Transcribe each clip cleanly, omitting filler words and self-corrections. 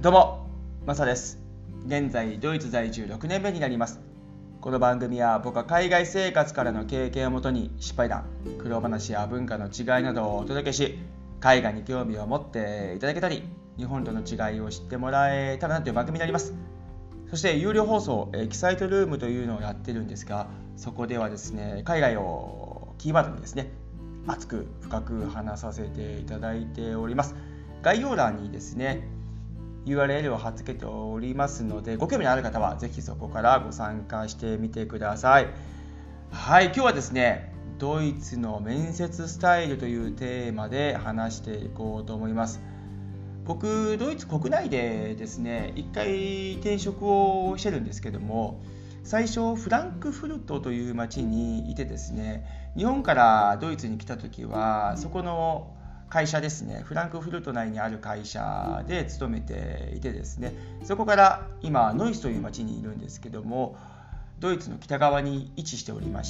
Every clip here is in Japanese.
どうも、マサです。現在ドイツ在住6年目になります。この番組は僕は海外生活からの経験をもとに失敗談、苦労話や文化の違いなどをお届けし、海外に興味を持っていただけたり、日本との違いを知ってもらえたらなという番組になります。そして有料放送、エキサイトルームというのをやってるんですが、そこではですね、海外をキーワードにですね、熱く深く話させていただいております。概要欄にですね、URL を貼っ付けておりますので、ご興味のある方はぜひそこからご参加してみてください。はい、今日はですね、ドイツの面接スタイルというテーマで話していこうと思います。僕、ドイツ国内でですね、一回転職をしてるんですけども、最初フランクフルトという町にいてですね、日本からドイツに来た時はそこの会社ですね、フランクフルト内にある会社で勤めていてですね、そこから今ノイスという町にいるんですけども、ドイツの北側に位置しておりまして、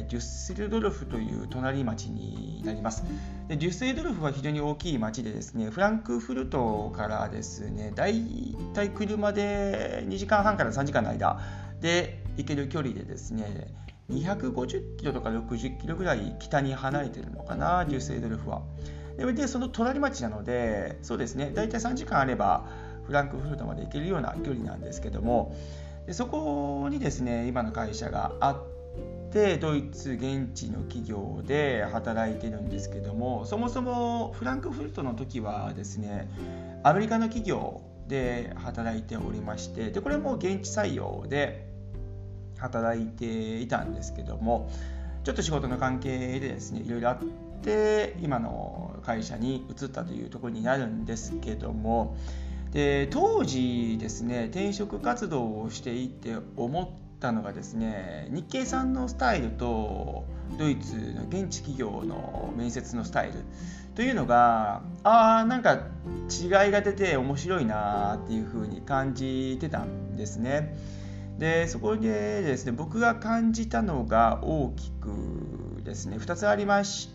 デュッセルドルフという隣町になります。でデュッセルドルフは非常に大きい町でですね、フランクフルトからですね、だいたい車で2時間半から3時間の間で行ける距離でですね、250キロとか60キロぐらい北に離れているのかな、デュッセルドルフは。でその隣町なので、そうですね、だいたい3時間あればフランクフルトまで行けるような距離なんですけども、そこにですね、今の会社があって、ドイツ現地の企業で働いてるんですけども、そもそもフランクフルトの時はですね、アメリカの企業で働いておりまして、これも現地採用で働いていたんですけども、ちょっと仕事の関係でですね、いろいろあって今の会社に移ったというところになるんですけども、当時ですね、転職活動をしていて思ったのがですね、日系さんのスタイルとドイツの現地企業の面接のスタイルというのがなんか違いが出て面白いなっていう風に感じてたんですね。でそこでですね、僕が感じたのが大きくですね2つありまして、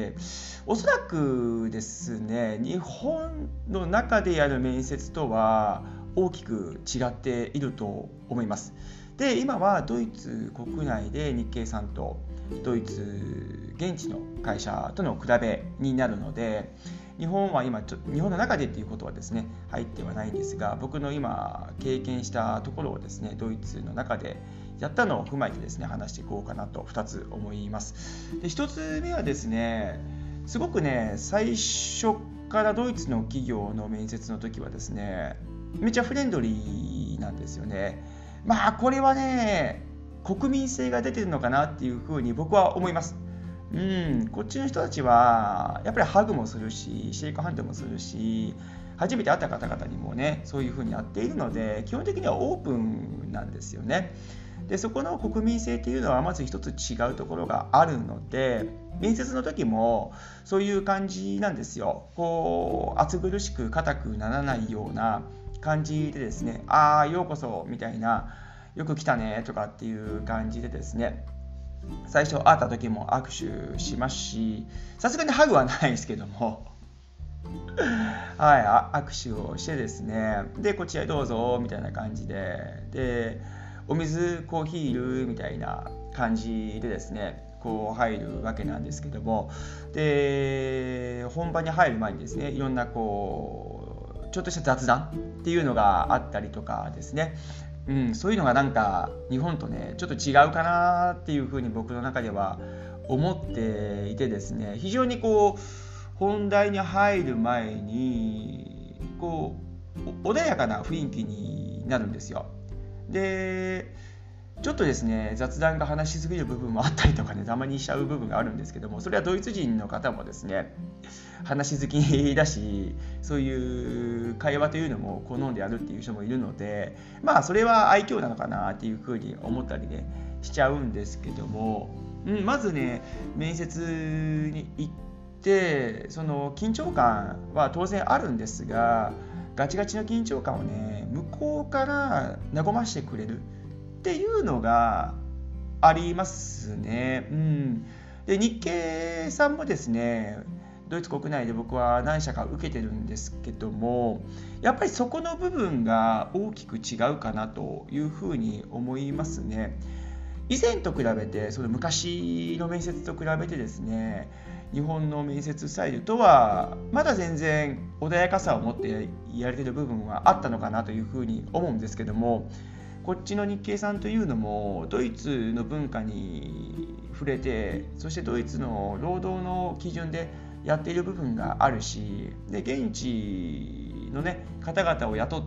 おそらくですね、日本の中でやる面接とは大きく違っていると思います。で今はドイツ国内で日系さんとドイツ現地の会社との比べになるので、日本は今日本の中でっていうことはですね入ってはないんですが、僕の今経験したところをですね、ドイツの中でやったのを踏まえてですね話していこうかなと2つ思います。で1つ目はですね、すごくね、最初からドイツの企業の面接の時はですね、めっちゃフレンドリーなんですよね。これはね、国民性が出てるのかなっていうふうに僕は思います。こっちの人たちはやっぱりハグもするし、シェイクハンドもするし、初めて会った方々にもねそういうふうにやっているので、基本的にはオープンなんですよね。でそこの国民性っていうのはまず一つ違うところがあるので、面接の時もそういう感じなんですよ。こう暑苦しく硬くならないような感じでですね、ようこそみたいな、よく来たねとかっていう感じでですね、最初会った時も握手しますし、さすがにハグはないですけども握手をしてですね、でこちらへどうぞみたいな感じで、お水コーヒーいるみたいな感じでですねこう入るわけなんですけども、で本番に入る前にですね、いろんなこうちょっとした雑談っていうのがあったりとかですね、そういうのがなんか日本とねちょっと違うかなっていうふうに僕の中では思っていてですね、非常にこう本題に入る前にこう穏やかな雰囲気になるんですよ。でちょっとですね雑談が話しすぎる部分もあったりとかね、たまにしちゃう部分があるんですけども、それはドイツ人の方もですね話好きだし、そういう会話というのも好んでやるっていう人もいるので、それは愛嬌なのかなっていうふうに思ったりねしちゃうんですけども、まずね面接に行ってその緊張感は当然あるんですが、ガチガチの緊張感をね向こうから和ましてくれるっていうのがありますね。で日系さんもですね、 ドイツ国内で僕は何社か受けてるんですけども、やっぱりそこの部分が大きく違うかなというふうに思いますね。以前と比べて、その昔の面接と比べてですね、日本の面接スタイルとはまだ全然穏やかさを持ってやれてる部分はあったのかなというふうに思うんですけども、こっちの日系さんというのもドイツの文化に触れて、そしてドイツの労働の基準でやっている部分があるし、で現地の、方々を雇って、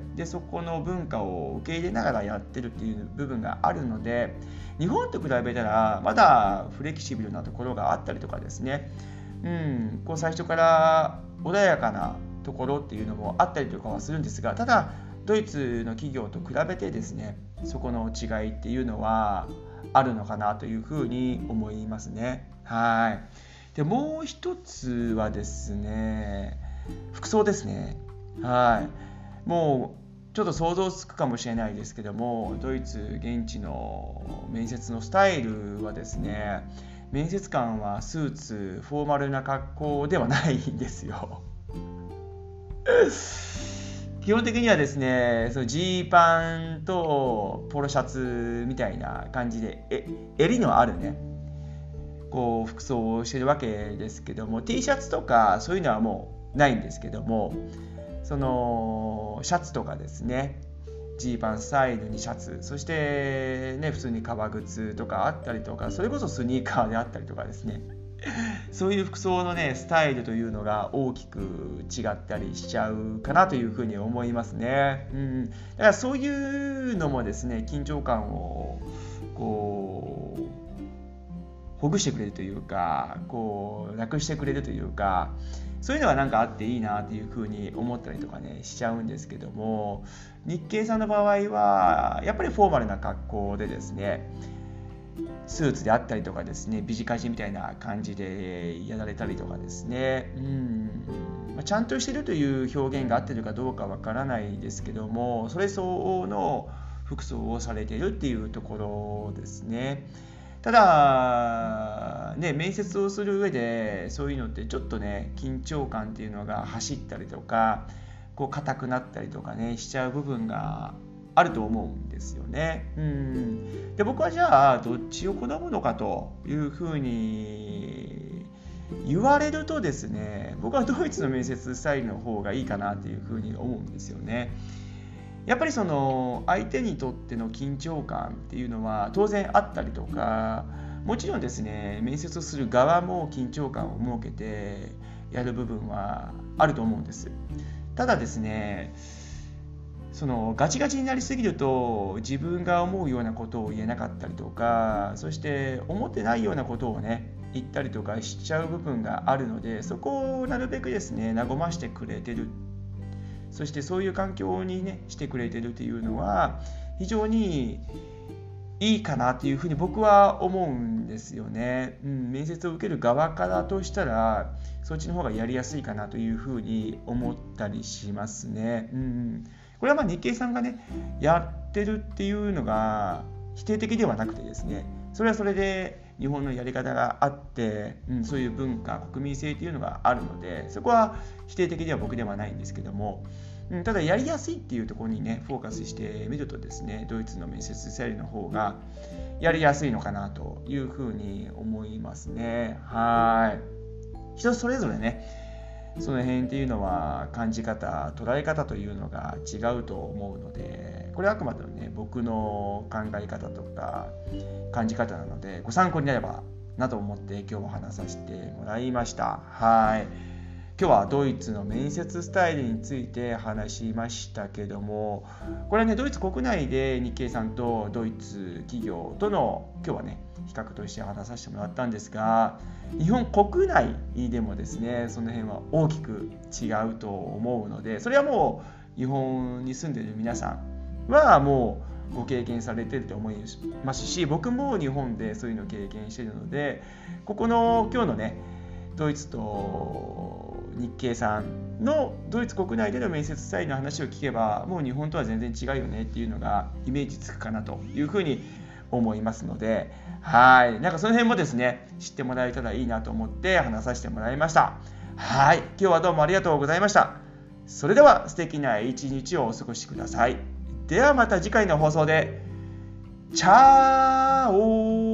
でそこの文化を受け入れながらやってるっていう部分があるので、日本と比べたらまだフレキシブルなところがあったりとかですね、こう最初から穏やかなところっていうのもあったりとかはするんですが、ただドイツの企業と比べてですね、そこの違いっていうのはあるのかなというふうに思いますね。はい。でもう一つはですね、服装ですね。はい。もうちょっと想像つくかもしれないですけども、ドイツ現地の面接のスタイルはですね、面接官はスーツフォーマルな格好ではないんですよ。基本的にはですね、そのジーパンとポロシャツみたいな感じで、襟のあるね、こう服装をしてるわけですけども、 T シャツとかそういうのはもうないんですけども、そのシャツとかですね、ジーパンスタイルにシャツ、そしてね、普通に革靴とかあったりとか、それこそスニーカーであったりとかですね、そういう服装のねスタイルというのが大きく違ったりしちゃうかなというふうに思いますね。だからそういうのもですね、緊張感をこうほぐしてくれるというか、こう楽してくれるというか、そういうのはなんかあっていいなというふうに思ったりとかねしちゃうんですけども、日系さんの場合はやっぱりフォーマルな格好でですね、スーツであったりとかですね、ビジカジみたいな感じでやられたりとかですね、ちゃんとしてるという表現が合ってるかどうかわからないですけども、それ相応の服装をされているっていうところですね。ただね、面接をする上でそういうのってちょっとね、緊張感っていうのが走ったりとか、こう硬くなったりとかねしちゃう部分があると思うんですよね。で僕はじゃあどっちを好むのかというふうに言われるとですね、僕はドイツの面接スタイルの方がいいかなというふうに思うんですよね。やっぱりその相手にとっての緊張感っていうのは当然あったりとか、もちろんですね、面接をする側も緊張感を設けてやる部分はあると思うんです。ただですね、そのガチガチになりすぎると自分が思うようなことを言えなかったりとか、そして思ってないようなことをね言ったりとかしちゃう部分があるので、そこをなるべくですね和ましてくれてる、そしてそういう環境にねしてくれてるっていうのは非常にいいかなっていうふうに僕は思うんですよね。面接を受ける側からとしたらそっちの方がやりやすいかなというふうに思ったりしますね。これは日系さんがねやってるっていうのが否定的ではなくてですね、それはそれで日本のやり方があって、そういう文化国民性っていうのがあるので、そこは否定的では僕ではないんですけども、ただやりやすいっていうところにねフォーカスしてみるとですね、ドイツの面接スタイルの方がやりやすいのかなというふうに思いますね。人それぞれねその辺っていうのは感じ方、捉え方というのが違うと思うので、これはあくまでもね僕の考え方とか感じ方なのでご参考になればなと思って今日は話させてもらいました。今日はドイツの面接スタイルについて話しましたけども、これはねドイツ国内で日系さんとドイツ企業との今日はね比較として話させてもらったんですが、日本国内でもですねその辺は大きく違うと思うので、それはもう日本に住んでいる皆さんはもうご経験されていると思いますし、僕も日本でそういうのを経験しているので、ここの今日のねドイツと日系さんのドイツ国内での面接スタイルの話を聞けば、もう日本とは全然違うよねっていうのがイメージつくかなというふうに思いますので、なんかその辺もですね知ってもらえたらいいなと思って話させてもらいました。今日はどうもありがとうございました。それでは素敵な一日をお過ごしください。ではまた次回の放送で。チャオ。